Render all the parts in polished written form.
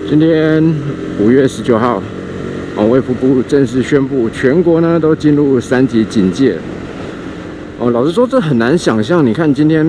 今天5月19号，卫福部正式宣布，全国呢都进入3级警戒。老实说，这很难想象。你看今天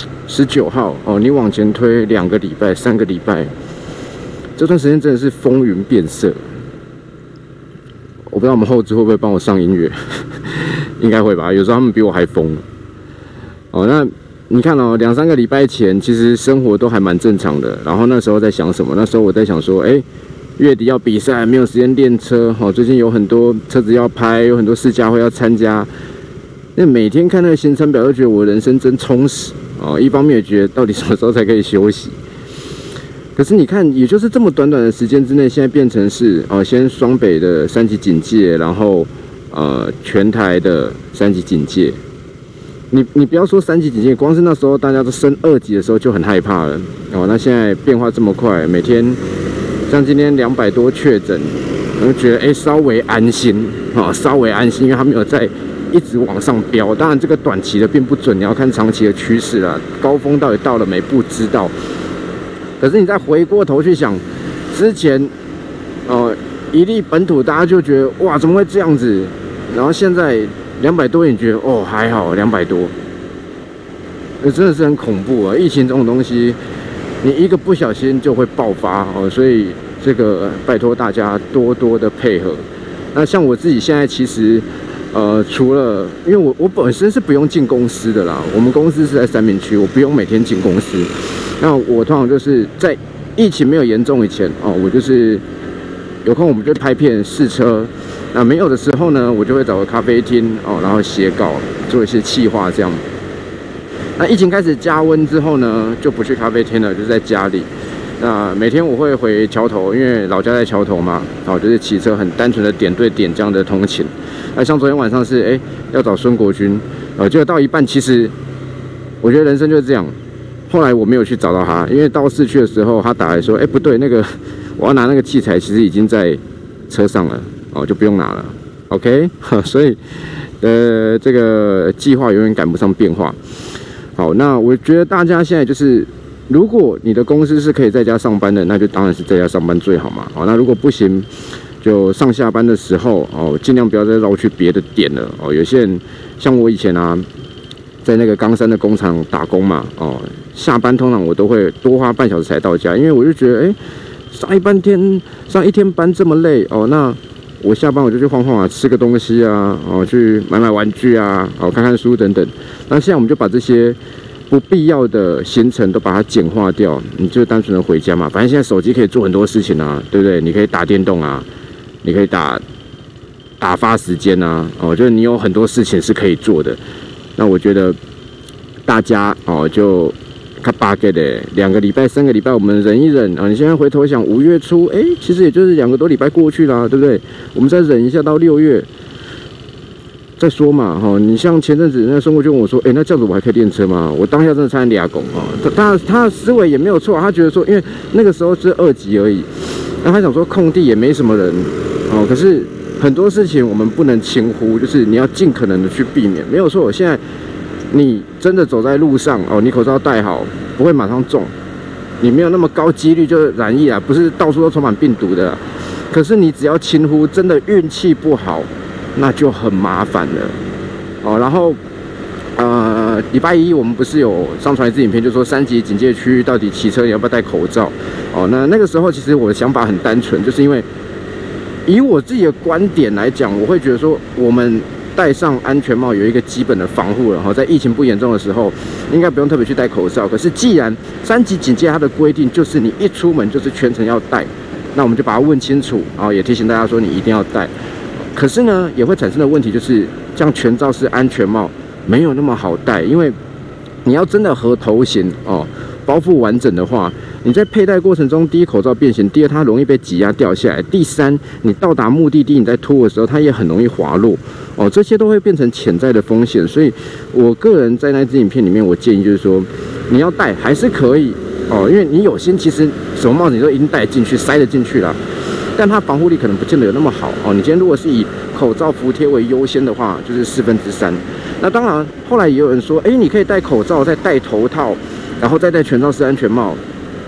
19号，你往前推2个礼拜、3个礼拜，这段时间真的是风云变色。我不知道我们后置会不会帮我上音乐，应该会吧？有时候他们比我还疯。那你看2、3个礼拜前，其实生活都还蛮正常的。然后那时候在想什么？那时候我在想说，月底要比赛，没有时间练车。最近有很多车子要拍，有很多试驾会要参加。那每天看那个行程表，都觉得我人生真充实。一方面也觉得到底什么时候才可以休息？可是你看，也就是这么短短的时间之内，现在变成是先双北的3级警戒，然后全台的3级警戒。你不要说3级警戒，光是那时候大家都升2级的时候就很害怕了。那现在变化这么快，每天像今天200多确诊，我就觉得稍微安心稍微安心，因为他没有在一直往上飙。当然这个短期的并不准，你要看长期的趋势啦。高峰到底到了没不知道。可是你再回过头去想，之前一例本土，大家就觉得哇怎么会这样子？然后现在200多，你觉得还好200多，真的是很恐怖啊！疫情这种东西，你一个不小心就会爆发所以这个拜托大家多多的配合。那像我自己现在其实除了因为我本身是不用进公司的啦，我们公司是在三民区，我不用每天进公司。那我通常就是在疫情没有严重以前我就是有空我们就拍片试车。那没有的时候呢，我就会找个咖啡厅然后写稿，做一些企划这样。那疫情开始加温之后呢，就不去咖啡厅了，就在家里。那每天我会回桥头，因为老家在桥头嘛，就是骑车很单纯的点对点这样的通勤。那像昨天晚上是要找孙国军，结果到一半，其实我觉得人生就是这样。后来我没有去找到他，因为到市区的时候，他打来说，不对，那个我要拿那个器材，其实已经在车上了，就不用拿了。OK， 所以这个计划永远赶不上变化。好，那我觉得大家现在就是，如果你的公司是可以在家上班的，那就当然是在家上班最好嘛。那如果不行，就上下班的时候尽量不要再绕去别的点了。有些人像我以前在那个冈山的工厂打工嘛，下班通常我都会多花半小时才到家，因为我就觉得上一天班这么累那我下班我就去晃晃吃个东西去买玩具看看书等等。那现在我们就把这些不必要的行程都把它简化掉，你就单纯的回家嘛。反正现在手机可以做很多事情对不对？你可以打电动你可以打发时间就是你有很多事情是可以做的。那我觉得大家就看8个的2个礼拜、3个礼拜，我们忍一忍你现在回头想，5月初其实也就是2个多礼拜过去了，对不对？我们再忍一下到6月再说嘛你像前阵子那孙国军问我说，那这样子我还可以练车吗？我当下真的差点俩拱他的思维也没有错，他觉得说，因为那个时候是2级而已，那他想说空地也没什么人可是很多事情我们不能轻忽，就是你要尽可能的去避免，没有错。现在你真的走在路上你口罩戴好，不会马上中，你没有那么高几率就染疫不是到处都充满病毒的。可是你只要轻忽，真的运气不好，那就很麻烦了然后礼拜一我们不是有上传一支影片，就说3级警戒区到底骑车你要不要戴口罩那个时候其实我的想法很单纯，就是因为以我自己的观点来讲，我会觉得说我们戴上安全帽有一个基本的防护了在疫情不严重的时候，应该不用特别去戴口罩。可是既然3级警戒它的规定就是你一出门就是全程要戴，那我们就把它问清楚也提醒大家说你一定要戴。可是呢，也会产生的问题就是像全罩式安全帽没有那么好戴，因为你要真的合头型包覆完整的话，你在佩戴过程中，第一口罩变形，第二它容易被挤压掉下来，第三你到达目的地你在脱的时候，它也很容易滑落这些都会变成潜在的风险。所以我个人在那支影片里面，我建议就是说，你要戴还是可以因为你有心，其实什么帽子你都已经戴进去、塞得进去了，但它防护力可能不见得有那么好你今天如果是以口罩服贴为优先的话，就是3/4。那当然，后来也有人说，你可以戴口罩，再戴头套，然后再戴全罩式安全帽。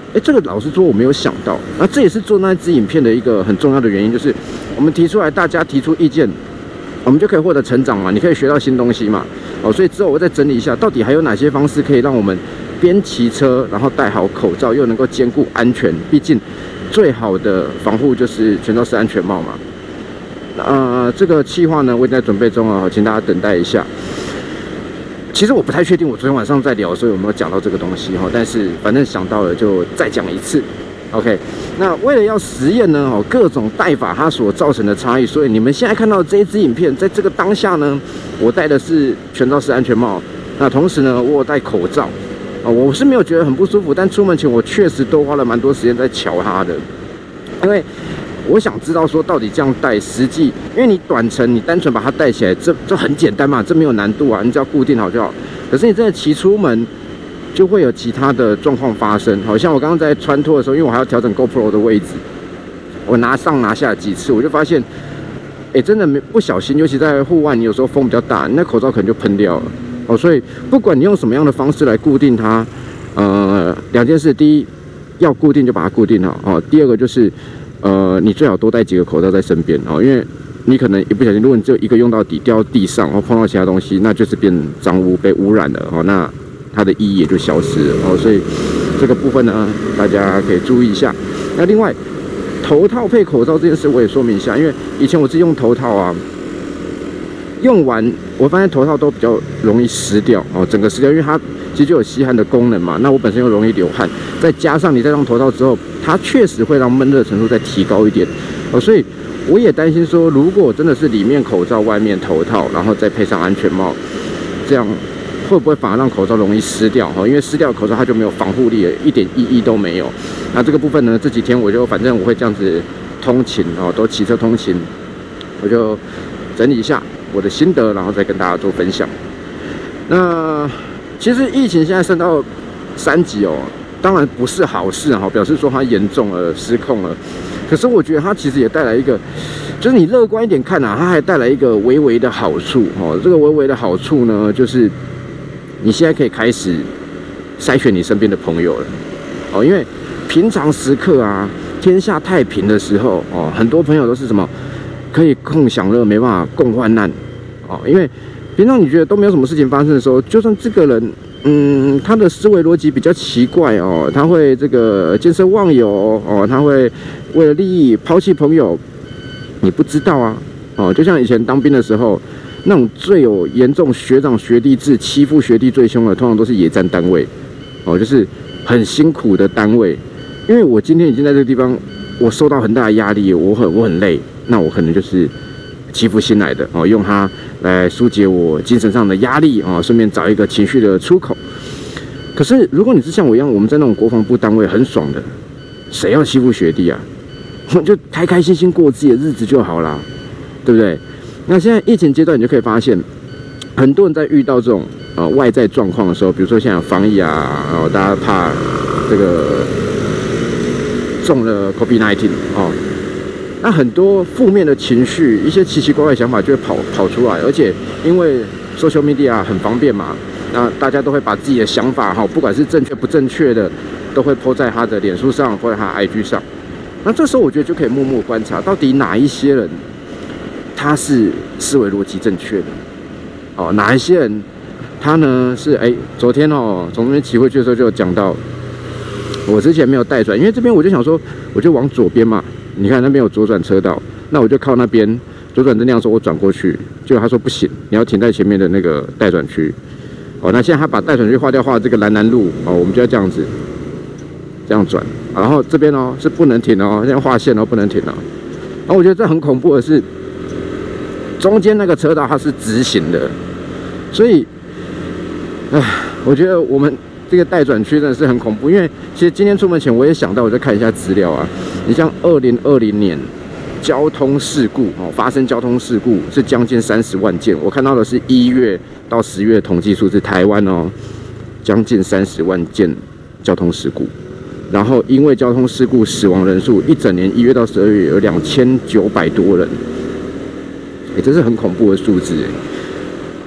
这个老实说我没有想到，那这也是做那支影片的一个很重要的原因，就是我们提出来，大家提出意见，我们就可以获得成长嘛，你可以学到新东西嘛，所以之后我再整理一下，到底还有哪些方式可以让我们边骑车，然后戴好口罩，又能够兼顾安全，毕竟最好的防护就是全罩式安全帽嘛。这个企划呢，我也在准备中啊，请大家等待一下。其实我不太确定，我昨天晚上在聊的时候有没有讲到这个东西哈，但是反正想到了就再讲一次。OK， 那为了要实验呢，各种戴法它所造成的差异，所以你们现在看到的这一支影片，在这个当下呢，我戴的是全罩式安全帽，那同时呢，我有戴口罩我是没有觉得很不舒服，但出门前我确实都花了蛮多时间在瞧它的，因为我想知道说到底这样戴实际，因为你短程你单纯把它戴起来，这很简单嘛，这没有难度啊，你只要固定好就好。可是你真的骑出门，就会有其他的状况发生。好像我刚刚在穿脱的时候，因为我还要调整 GoPro 的位置，我拿上拿下几次，我就发现，真的不小心，尤其在户外，你有时候风比较大，你那口罩可能就喷掉了。所以不管你用什么样的方式来固定它，两件事，第一要固定就把它固定好第二个就是你最好多带几个口罩在身边因为你可能一不小心，如果你只有一个用到底掉到地上，碰到其他东西，那就是变脏污被污染了那它的意义也就消失了所以这个部分呢，大家可以注意一下。那另外头套配口罩这件事我也说明一下，因为以前我自己用头套用完我发现头套都比较容易湿掉整个湿掉，因为它其实就有吸汗的功能嘛。那我本身又容易流汗，再加上你戴上头套之后，它确实会让闷热程度再提高一点所以我也担心说，如果真的是里面口罩外面头套，然后再配上安全帽，这样会不会反而让口罩容易湿掉因为湿掉的口罩它就没有防护力了，一点意义都没有。那这个部分呢，这几天反正我会这样子通勤都骑车通勤，我就整理一下我的心得，然后再跟大家做分享。那其实疫情现在升到3级当然不是好事表示说它严重了、失控了。可是我觉得它其实也带来一个，就是你乐观一点看它还带来一个微微的好处这个微微的好处呢，就是你现在可以开始筛选你身边的朋友了因为平常时刻天下太平的时候很多朋友都是什么可以共享乐，没办法共患难因为平常你觉得都没有什么事情发生的时候，就算这个人他的思维逻辑比较奇怪他会这个见色忘友他会为了利益抛弃朋友，你不知道就像以前当兵的时候，那种最有严重学长学弟制，欺负学弟最凶的，通常都是野战单位就是很辛苦的单位。因为我今天已经在这个地方，我受到很大的压力，我很累，那我可能就是欺负新来的用它来疏解我精神上的压力顺便找一个情绪的出口。可是如果你是像我一样，我们在那种国防部单位很爽的，谁要欺负学弟就开开心心过自己的日子就好啦，对不对？那现在疫情阶段，你就可以发现，很多人在遇到这种外在状况的时候，比如说现在有防疫大家怕这个中了 COVID-19 那很多负面的情绪，一些奇奇怪怪的想法就会跑出来，而且因为 social media 很方便嘛，那大家都会把自己的想法不管是正确不正确的，都会 po 在他的脸书上，或者他的 IG 上。那这时候我觉得就可以默默观察，到底哪一些人他是思维逻辑正确的哪一些人他呢是昨天从那边骑回去的时候就有讲到，我之前没有带转，因为这边我就想说，我就往左边嘛，你看那边有左转车道，那我就靠那边左转灯亮说我转过去，结果他说不行，你要停在前面的那个待转区那现在他把待转区划掉，画这个蓝路我们就要这样子这样转，然后这边是不能停现在画线不能停然后我觉得这很恐怖的是，中间那个车道它是直行的，所以我觉得我们这个待转区真的是很恐怖。因为其实今天出门前我也想到，我再看一下资料你像2020年交通事故发生交通事故是将近30万件，我看到的是1月到10月统计数字，台湾将近30万件交通事故，然后因为交通事故死亡人数一整年1月到12月有2900多人，这是很恐怖的数字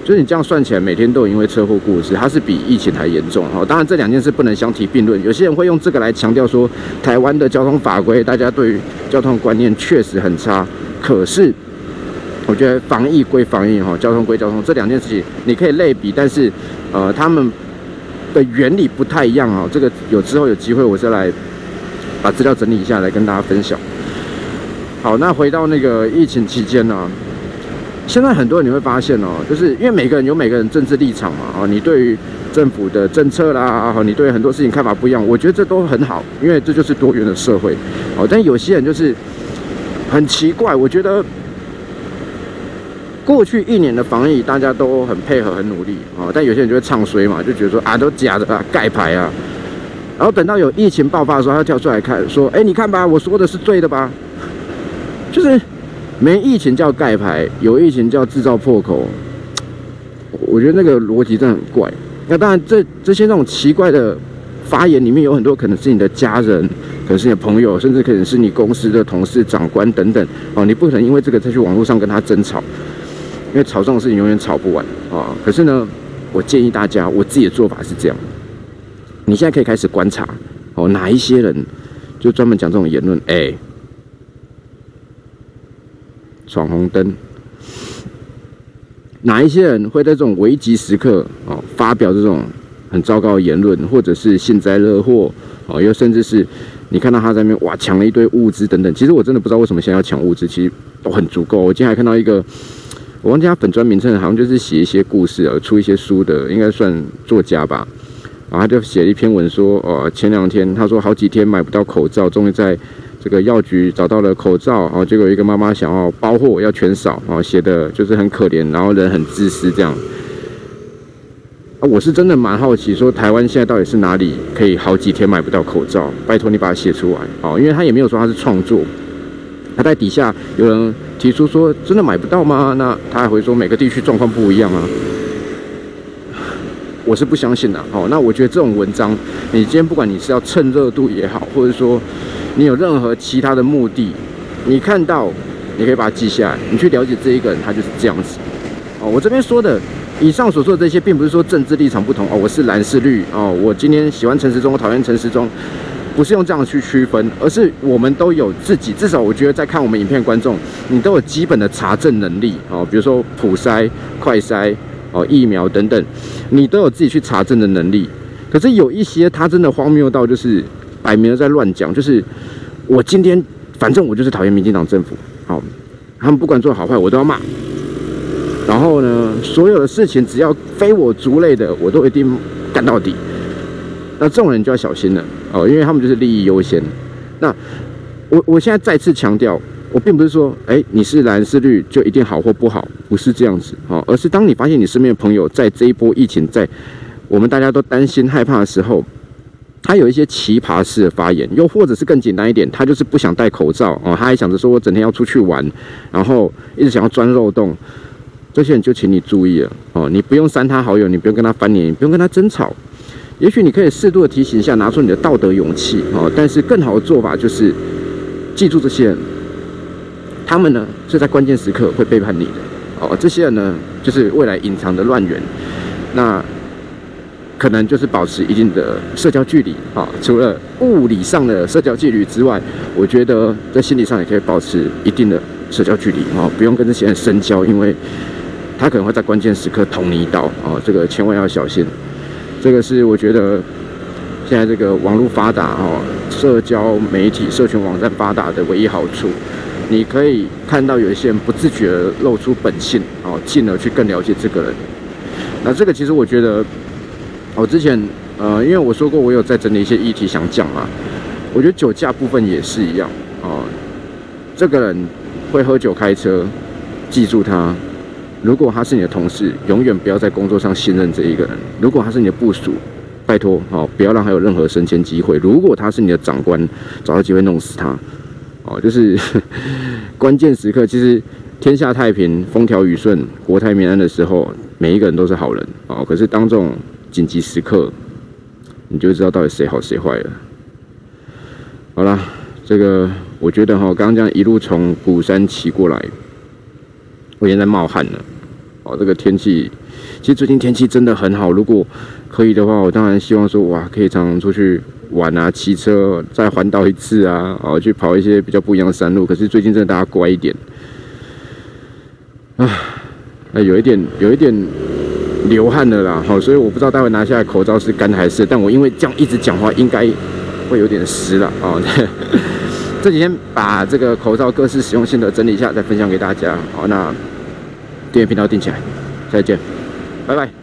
就是你这样算起来，每天都有因为车祸过世，它是比疫情还严重哈。当然，这两件事不能相提并论。有些人会用这个来强调说，台湾的交通法规，大家对于交通观念确实很差。可是，我觉得防疫归防疫哈，交通归交通，这两件事情你可以类比，但是他们的原理不太一样啊。这个之后有机会我再来把资料整理一下来跟大家分享。好，那回到那个疫情期间呢、现在很多人你会发现哦，就是因为每个人有每个人政治立场嘛，你对于政府的政策啦，你对很多事情看法不一样，我觉得这都很好，因为这就是多元的社会。但有些人就是很奇怪，我觉得过去1年的防疫大家都很配合、很努力但有些人就会唱衰嘛，就觉得说都假的啊，盖牌啊。然后等到有疫情爆发的时候，他跳出来看说，你看吧，我说的是对的吧？就是没疫情叫盖牌，有疫情叫制造破口。我觉得那个逻辑真的很怪。那当然这些那种奇怪的发言里面有很多可能是你的家人，可能是你的朋友，甚至可能是你公司的同事、长官等等你不可能因为这个再去网络上跟他争吵，因为吵这种事情永远吵不完可是呢，我建议大家，我自己的做法是这样：你现在可以开始观察哪一些人就专门讲这种言论，闯红灯。哪一些人会在这种危急时刻发表这种很糟糕的言论，或者是幸灾乐祸又甚至是你看到他在那边抢了一堆物资等等。其实我真的不知道为什么现在要抢物资，其实都很足够。我今天还看到一个，我忘记他粉专名称，好像就是写一些故事出一些书的，应该算作家吧。然后他就写了一篇文说，前2天他说好几天买不到口罩，终于在这个药局找到了口罩结果有一个妈妈想要包货要全扫写的就是很可怜，然后人很自私这样。我是真的蛮好奇，说台湾现在到底是哪里可以好几天买不到口罩？拜托你把它写出来因为他也没有说他是创作，他在底下有人提出说真的买不到吗？那他还会说每个地区状况不一样啊。我是不相信的那我觉得这种文章，你今天不管你是要蹭热度也好，或者说你有任何其他的目的，你看到你可以把它记下来，你去了解这一个人他就是这样子我这边说的以上所说的这些，并不是说政治立场不同我是蓝是绿我今天喜欢陈时中，我讨厌陈时中，不是用这样去区分，而是我们都有自己，至少我觉得在看我们影片的观众，你都有基本的查证能力比如说普筛、快筛疫苗等等，你都有自己去查证的能力。可是有一些他真的荒谬到就是摆明了在乱讲，就是我今天反正我就是讨厌民进党政府他们不管做好坏我都要骂，然后呢所有的事情只要非我族类的我都一定干到底。那这种人就要小心了因为他们就是利益优先。那我现在再次强调，我并不是说你是蓝是绿就一定好或不好，不是这样子而是当你发现你身边的朋友在这一波疫情，在我们大家都担心害怕的时候，他有一些奇葩式的发言，又或者是更简单一点，他就是不想戴口罩他还想着说我整天要出去玩，然后一直想要钻漏洞，这些人就请你注意了你不用删他好友，你不用跟他翻脸，你不用跟他争吵，也许你可以适度的提醒一下，拿出你的道德勇气但是更好的做法就是记住这些人，他们呢是在关键时刻会背叛你的这些人呢就是未来隐藏的乱源。那可能就是保持一定的社交距离除了物理上的社交距离之外，我觉得在心理上也可以保持一定的社交距离不用跟这些人深交，因为他可能会在关键时刻捅你一刀这个千万要小心。这个是我觉得现在这个网络发达社交媒体、社群网站发达的唯一好处，你可以看到有一些人不自觉地露出本性进而去更了解这个人。那这个其实我觉得之前因为我说过我有在整理一些议题想讲嘛，我觉得酒驾部分也是一样这个人会喝酒开车，记住他。如果他是你的同事，永远不要在工作上信任这一个人。如果他是你的部属，拜托不要让他有任何升迁机会。如果他是你的长官，找到机会弄死他就是关键时刻，其实天下太平、风调雨顺、国泰民安的时候，每一个人都是好人可是当这种紧急时刻，你就知道到底谁好谁坏了。好啦，这个我觉得刚刚这样一路从鼓山骑过来，我已经在冒汗了哦，这个天气，其实最近天气真的很好。如果可以的话，我当然希望说，哇，可以常常出去玩啊，骑车再环岛一次啊，哦，去跑一些比较不一样的山路。可是最近真的大家乖一点，有一点流汗了啦，好，所以我不知道待会拿下来口罩是干还是，但我因为这样一直讲话，应该会有点湿了哦。这几天把这个口罩各式使用心得整理一下，再分享给大家。好，那订阅频道订起来，再见，拜拜。